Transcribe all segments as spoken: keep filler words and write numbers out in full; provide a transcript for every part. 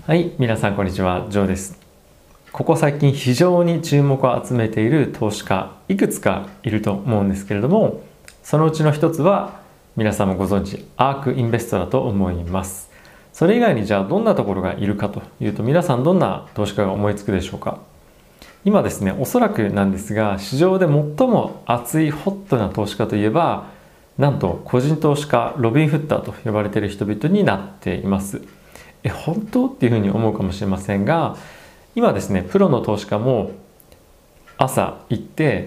はい、皆さんこんにちは、ジョーです。ここ最近非常に注目を集めている投資家、いくつかいると思うんですけれども、そのうちの一つは皆さんもご存知、アークインベストだと思います。それ以外にじゃあどんなところがいるかというと、皆さんどんな投資家が思いつくでしょうか。今ですね、おそらくなんですが、市場で最も熱いホットな投資家といえば、なんと個人投資家、ロビンフッターと呼ばれている人々になっています。え本当っていうふうに思うかもしれませんが、今ですねプロの投資家も朝行って、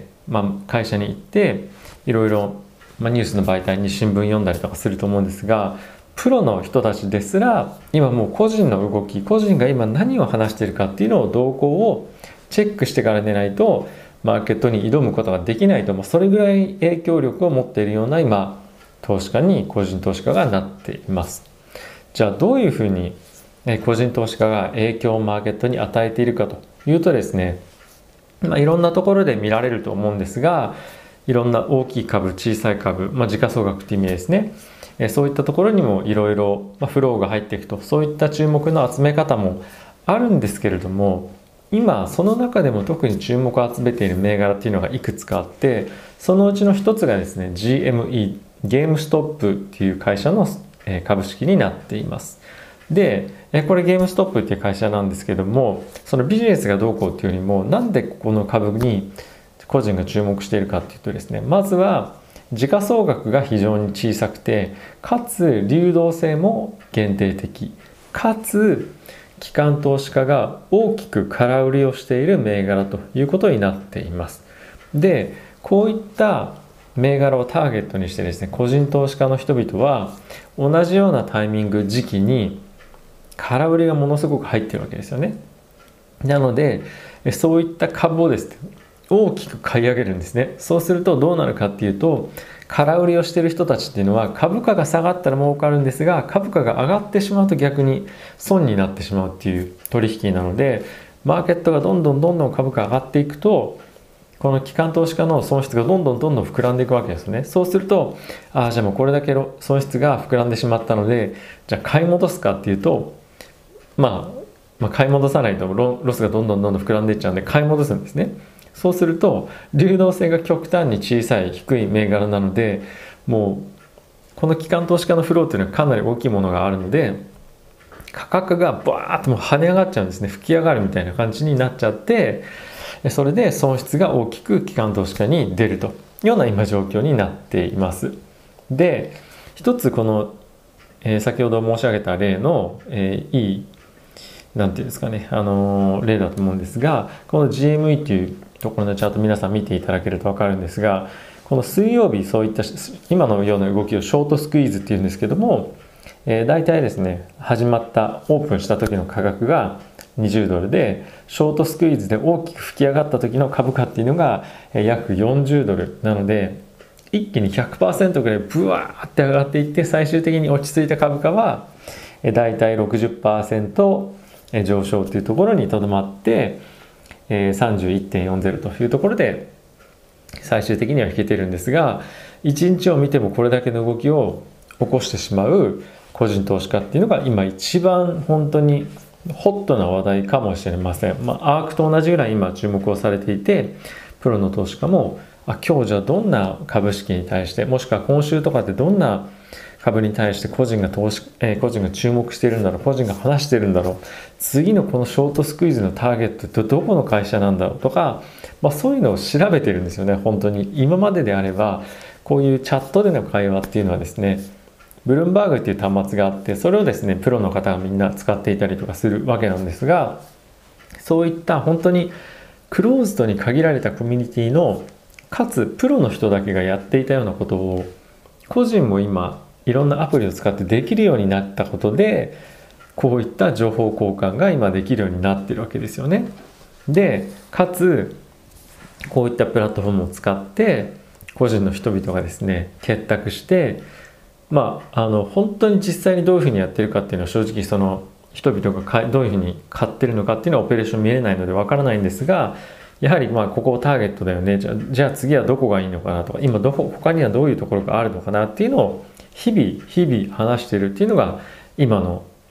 まあ、会社に行っていろいろ、まあ、ニュースの媒体に新聞読んだりとかすると思うんですが、プロの人たちですら今もう個人の動き、個人が今何を話しているかっていうのを動向をチェックしてからでないとマーケットに挑むことができないと、もうそれぐらい影響力を持っているような今投資家に個人投資家がなっています。じゃあどういうふうに個人投資家が影響をマーケットに与えているかというとですね、まあ、いろんなところで見られると思うんですが、いろんな大きい株、小さい株、まあ、時価総額という意味ですね、そういったところにもいろいろフローが入っていくと、そういった注目の集め方もあるんですけれども、今その中でも特に注目を集めている銘柄っていうのがいくつかあって、そのうちの一つがですね ジーエムイー ゲームストップっていう会社の株式になっています。でこれゲームストップっていう会社なんですけども、そのビジネスがどうこうっていうよりも、なんでここの株に個人が注目しているかっていうとですね、まずは時価総額が非常に小さくて、かつ流動性も限定的、かつ機関投資家が大きく空売りをしている銘柄ということになっています。でこういった銘柄をターゲットにしてですね、個人投資家の人々は同じようなタイミング時期に空売りがものすごく入ってるわけですよね。なのでそういった株をですね大きく買い上げるんですね。そうするとどうなるかっていうと、空売りをしている人たちっていうのは株価が下がったら儲かるんですが、株価が上がってしまうと逆に損になってしまうっていう取引なので、マーケットがどんどんどんどん株価上がっていくと、この機関投資家の損失がどんどんどんどん膨らんでいくわけですね。そうすると、ああじゃあもうこれだけ損失が膨らんでしまったので、じゃあ買い戻すかっていうと、まあ、まあ買い戻さないとロスがどんどんどんどん膨らんでいっちゃうんで買い戻すんですね。そうすると流動性が極端に小さい低い銘柄なので、もうこの機関投資家のフローっていうのはかなり大きいものがあるので、価格がバーッともう跳ね上がっちゃうんですね。吹き上がるみたいな感じになっちゃって、それで損失が大きく機関投資家に出るというような今状況になっています。で一つこの、えー、先ほど申し上げた例の、えー、いいなんていうんですかね、あのー、例だと思うんですが、この ジーエムイー というところのチャート皆さん見ていただけると分かるんですが、この水曜日そういった今のような動きをショートスクイーズっていうんですけども、えー、大体ですね始まったオープンした時の価格がにじゅうドルで、ショートスクイーズで大きく吹き上がった時の株価っていうのが約よんじゅうドルなので、一気に ひゃくパーセント ぐらいブワーって上がっていって、最終的に落ち着いた株価はだいたい ろくじゅっパーセント 上昇というところにとどまって さんじゅういってんよんゼロ というところで最終的には引けてるんですが、いちにちを見てもこれだけの動きを起こしてしまう個人投資家っていうのが今一番本当にホットな話題かもしれません。まあ、アークと同じぐらい今注目をされていて、プロの投資家もあ今日じゃあどんな株式に対して、もしくは今週とかってどんな株に対して個人が投資、えー、個人が注目しているんだろう、個人が話しているんだろう、次のこのショートスクイーズのターゲットってどこの会社なんだろうとか、まあ、そういうのを調べてるんですよね。本当に今までであればこういうチャットでの会話っていうのはですね、ブルームバーグっていう端末があって、それをですねプロの方がみんな使っていたりとかするわけなんですが、そういった本当にクローズドに限られたコミュニティの、かつプロの人だけがやっていたようなことを個人も今いろんなアプリを使ってできるようになったことで、こういった情報交換が今できるようになってるわけですよね。でかつこういったプラットフォームを使って個人の人々がですね結託して、まあ、あの本当に実際にどういうふうにやってるかっていうのは正直その人々がどういうふうに買ってるのかっていうのはオペレーション見えないのでわからないんですが、やはりまあここをターゲットだよね、じゃあ、じゃあ次はどこがいいのかなとか、今どこ他にはどういうところがあるのかなっていうのを日々日々話しているっていうのが今の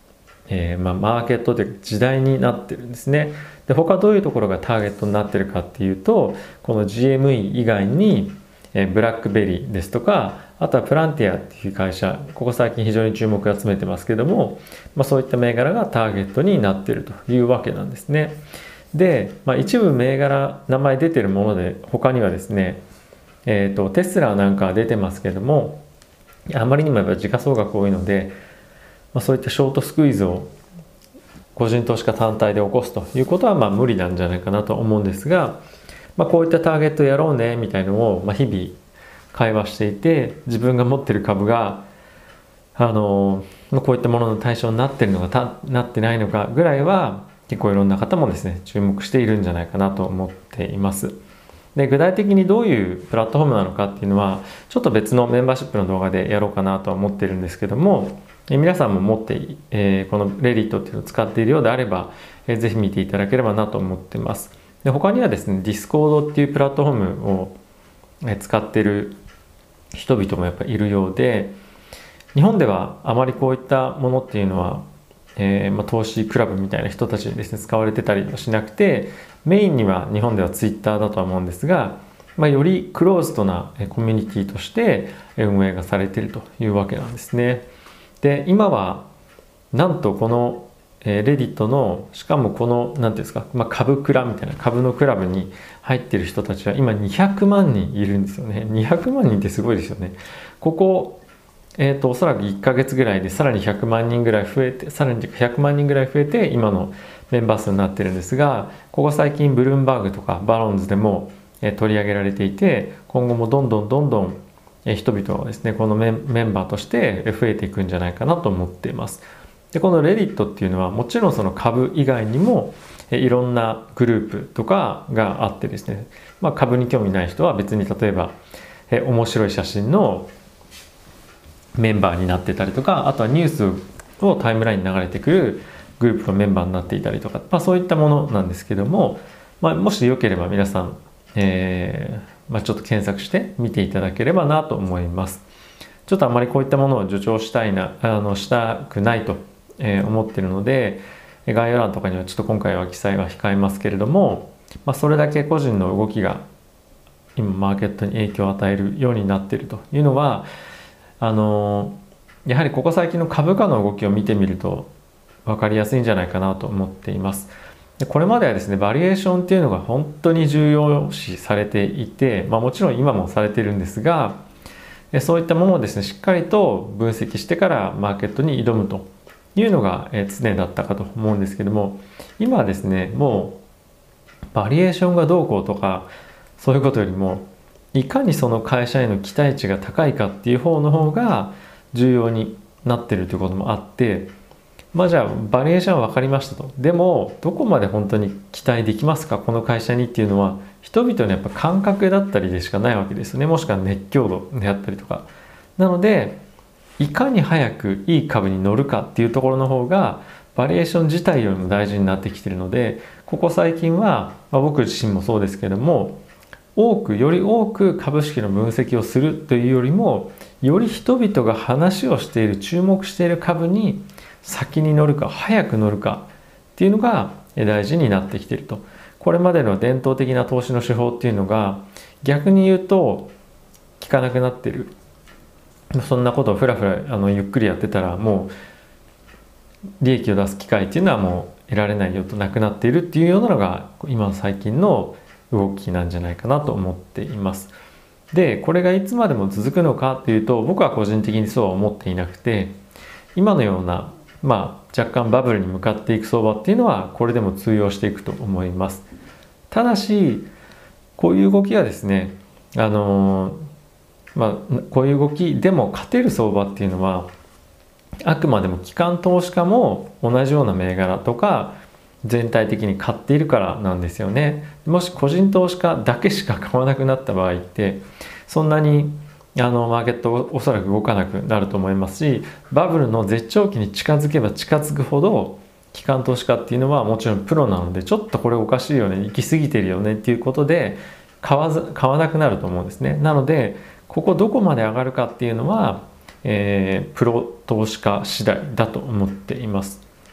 えーまあ、マーケットというか時代になってるんですね。で他どういうところがターゲットになってるかっていうと、この ジーエムイー 以外に、えー、ブラックベリーですとか、あとはプランティアっていう会社、ここ最近非常に注目を集めてますけども、まあ、そういった銘柄がターゲットになっているというわけなんですね。で、まあ、一部銘柄名前出てるもので他にはですね、えーと、テスラなんか出てますけども、あまりにもやっぱり時価総額多いので、まあ、そういったショートスクイーズを個人投資家単体で起こすということはまあ無理なんじゃないかなと思うんですが、まあ、こういったターゲットやろうねみたいのをまあ日々会話していて、自分が持ってる株があのこういったものの対象になってるのかたなってないのかぐらいは結構いろんな方もですね注目しているんじゃないかなと思っています。で具体的にどういうプラットフォームなのかっていうのはちょっと別のメンバーシップの動画でやろうかなとは思ってるんですけども、え皆さんも持って、えー、この Reddit っていうのを使っているようであれば、えー、ぜひ見ていただければなと思ってます。で他にはですね Discord っていうプラットフォームを使っている人々もやっぱりいるようで、日本ではあまりこういったものっていうのは、えーまあ、投資クラブみたいな人たちにですね使われてたりはしなくて、メインには日本ではツイッターだとは思うんですが、まあ、よりクローズドなコミュニティとして運営がされているというわけなんですね。で今はなんとこのレディットのしかもこの何ていうんですか、まあ、株クラみたいな株のクラブに入っている人たちは今にひゃくまんにんいるんですよね。にひゃくまんにんってすごいですよね。ここえーと、おそらくいっかげつぐらいでさらにひゃくまんにんぐらい増えて、さらにひゃくまんにんぐらい増えて今のメンバー数になってるんですが、ここ最近ブルームバーグとかバロンズでも取り上げられていて、今後もどんどんどんどん人々はですねこのメンメンバーとして増えていくんじゃないかなと思っています。でこのレディットっていうのはもちろんその株以外にもいろんなグループとかがあってですね、まあ、株に興味ない人は別に例えばえ面白い写真のメンバーになってたりとか、あとはニュースをタイムラインに流れてくるグループのメンバーになっていたりとか、まあ、そういったものなんですけども、まあ、もしよければ皆さん、えーまあ、ちょっと検索して見ていただければなと思います。ちょっとあまりこういったものを助長したいなあのしたくないと思っているので、概要欄とかにはちょっと今回は記載は控えますけれども、まあ、それだけ個人の動きが今マーケットに影響を与えるようになっているというのは、あのやはりここ最近の株価の動きを見てみると分かりやすいんじゃないかなと思っています。でこれまではですねバリエーションっていうのが本当に重要視されていて、まあ、もちろん今もされているんですが、そういったものをですねしっかりと分析してからマーケットに挑むというのが常だったかと思うんですけども、今はですねもうバリエーションがどうこうとかそういうことよりも、いかにその会社への期待値が高いかっていう方の方が重要になってるということもあって、まあじゃあバリエーションは分かりましたと。でもどこまで本当に期待できますかこの会社にっていうのは、人々のやっぱ感覚だったりでしかないわけですよね。もしくは熱狂度であったりとか。なのでいかに早くいい株に乗るかっていうところの方がバリエーション自体よりも大事になってきているので、ここ最近は、まあ、僕自身もそうですけども、多くより多く株式の分析をするというよりも、より人々が話をしている注目している株に先に乗るか早く乗るかっていうのが大事になってきていると。これまでの伝統的な投資の手法っていうのが逆に言うと効かなくなっている。そんなことをふらふらあのゆっくりやってたらもう利益を出す機会っていうのはもう得られないよとなくなっているっていうようなのが今の最近の動きなんじゃないかなと思っています。でこれがいつまでも続くのかっていうと、僕は個人的にそうは思っていなくて、今のような、まあ、若干バブルに向かっていく相場っていうのはこれでも通用していくと思います。ただしこういう動きはですねあのまあこういう動きでも勝てる相場っていうのはあくまでも機関投資家も同じような銘柄とか全体的に買っているからなんですよね。もし個人投資家だけしか買わなくなった場合ってそんなにあのマーケットおそらく動かなくなると思いますし、バブルの絶頂期に近づけば近づくほど機関投資家っていうのはもちろんプロなので、ちょっとこれおかしいよね、行き過ぎてるよねっていうことで買わず買わなくなると思うんですね。なのでここどこまで上がるかっていうのは、えー、プロ投資家次第だと思っています。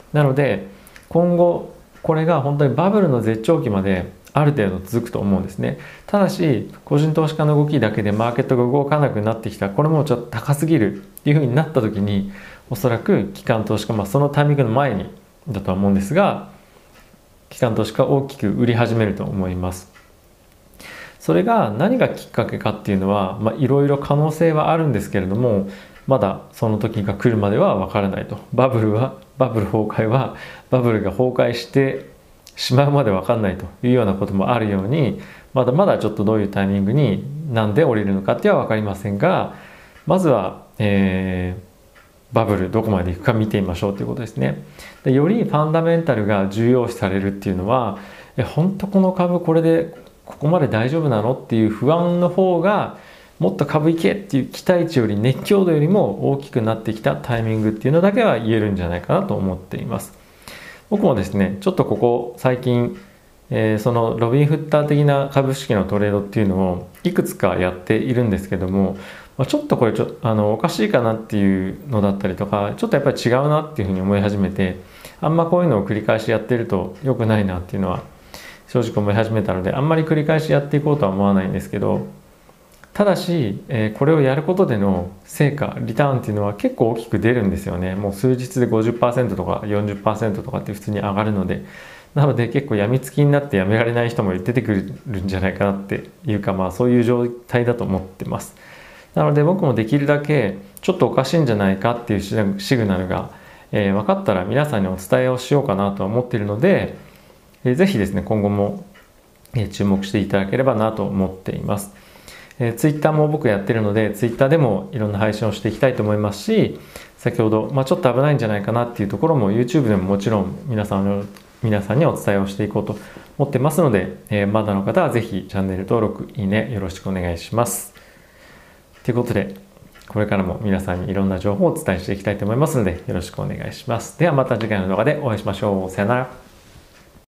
なので今後これが本当にバブルの絶頂期まである程度続くと思うんですね。ただし個人投資家の動きだけでマーケットが動かなくなってきた、これもちょっと高すぎるっていう風になった時に、おそらく機関投資家、まあ、そのタイミングの前にだとは思うんですが、機関投資家大きく売り始めると思います。それが何がきっかけかっていうのは、まあ、いろいろ可能性はあるんですけれども、まだその時が来るまでは分からないと。バブルはバブル崩壊はバブルが崩壊してしまうまで分かんないというようなこともあるように、まだまだちょっとどういうタイミングになんで降りるのかっていうのは分かりませんが、まずは、えー、バブルどこまでいくか見てみましょうということですね。でよりファンダメンタルが重要視されるっていうのは、え本当この株これでここまで大丈夫なのっていう不安の方が、もっと株いけっていう期待値より熱狂度よりも大きくなってきたタイミングっていうのだけは言えるんじゃないかなと思っています。僕もですね、ちょっとここ最近、えー、そのロビンフッター的な株式のトレードっていうのをいくつかやっているんですけども、まあ、ちょっとこれちょあのおかしいかなっていうのだったりとか、ちょっとやっぱり違うなっていうふうに思い始めて、あんまこういうのを繰り返しやってると良くないなっていうのは正直思い始めたので、あんまり繰り返しやっていこうとは思わないんですけど、ただし、えー、これをやることでの成果、リターンっていうのは結構大きく出るんですよね。もう数日で ごじゅっパーセント とか よんじゅっパーセント とかって普通に上がるので、なので結構やみつきになってやめられない人も出てくるんじゃないかなっていうか、まあそういう状態だと思ってます。なので僕もできるだけちょっとおかしいんじゃないかっていうシグナルが、えー、分かったら皆さんにお伝えをしようかなとは思っているので、えー、ぜひですね今後も、えー、注目していただければなと思っています。えー、ツイッターも僕やってるので、ツイッターでもいろんな配信をしていきたいと思いますし、先ほど、まあ、ちょっと危ないんじゃないかなっていうところも YouTube でももちろん皆さんの皆さんにお伝えをしていこうと思ってますので、えー、まだの方はぜひチャンネル登録、いいねよろしくお願いします。ということで、これからも皆さんにいろんな情報をお伝えしていきたいと思いますので、よろしくお願いします。ではまた次回の動画でお会いしましょう。さよなら。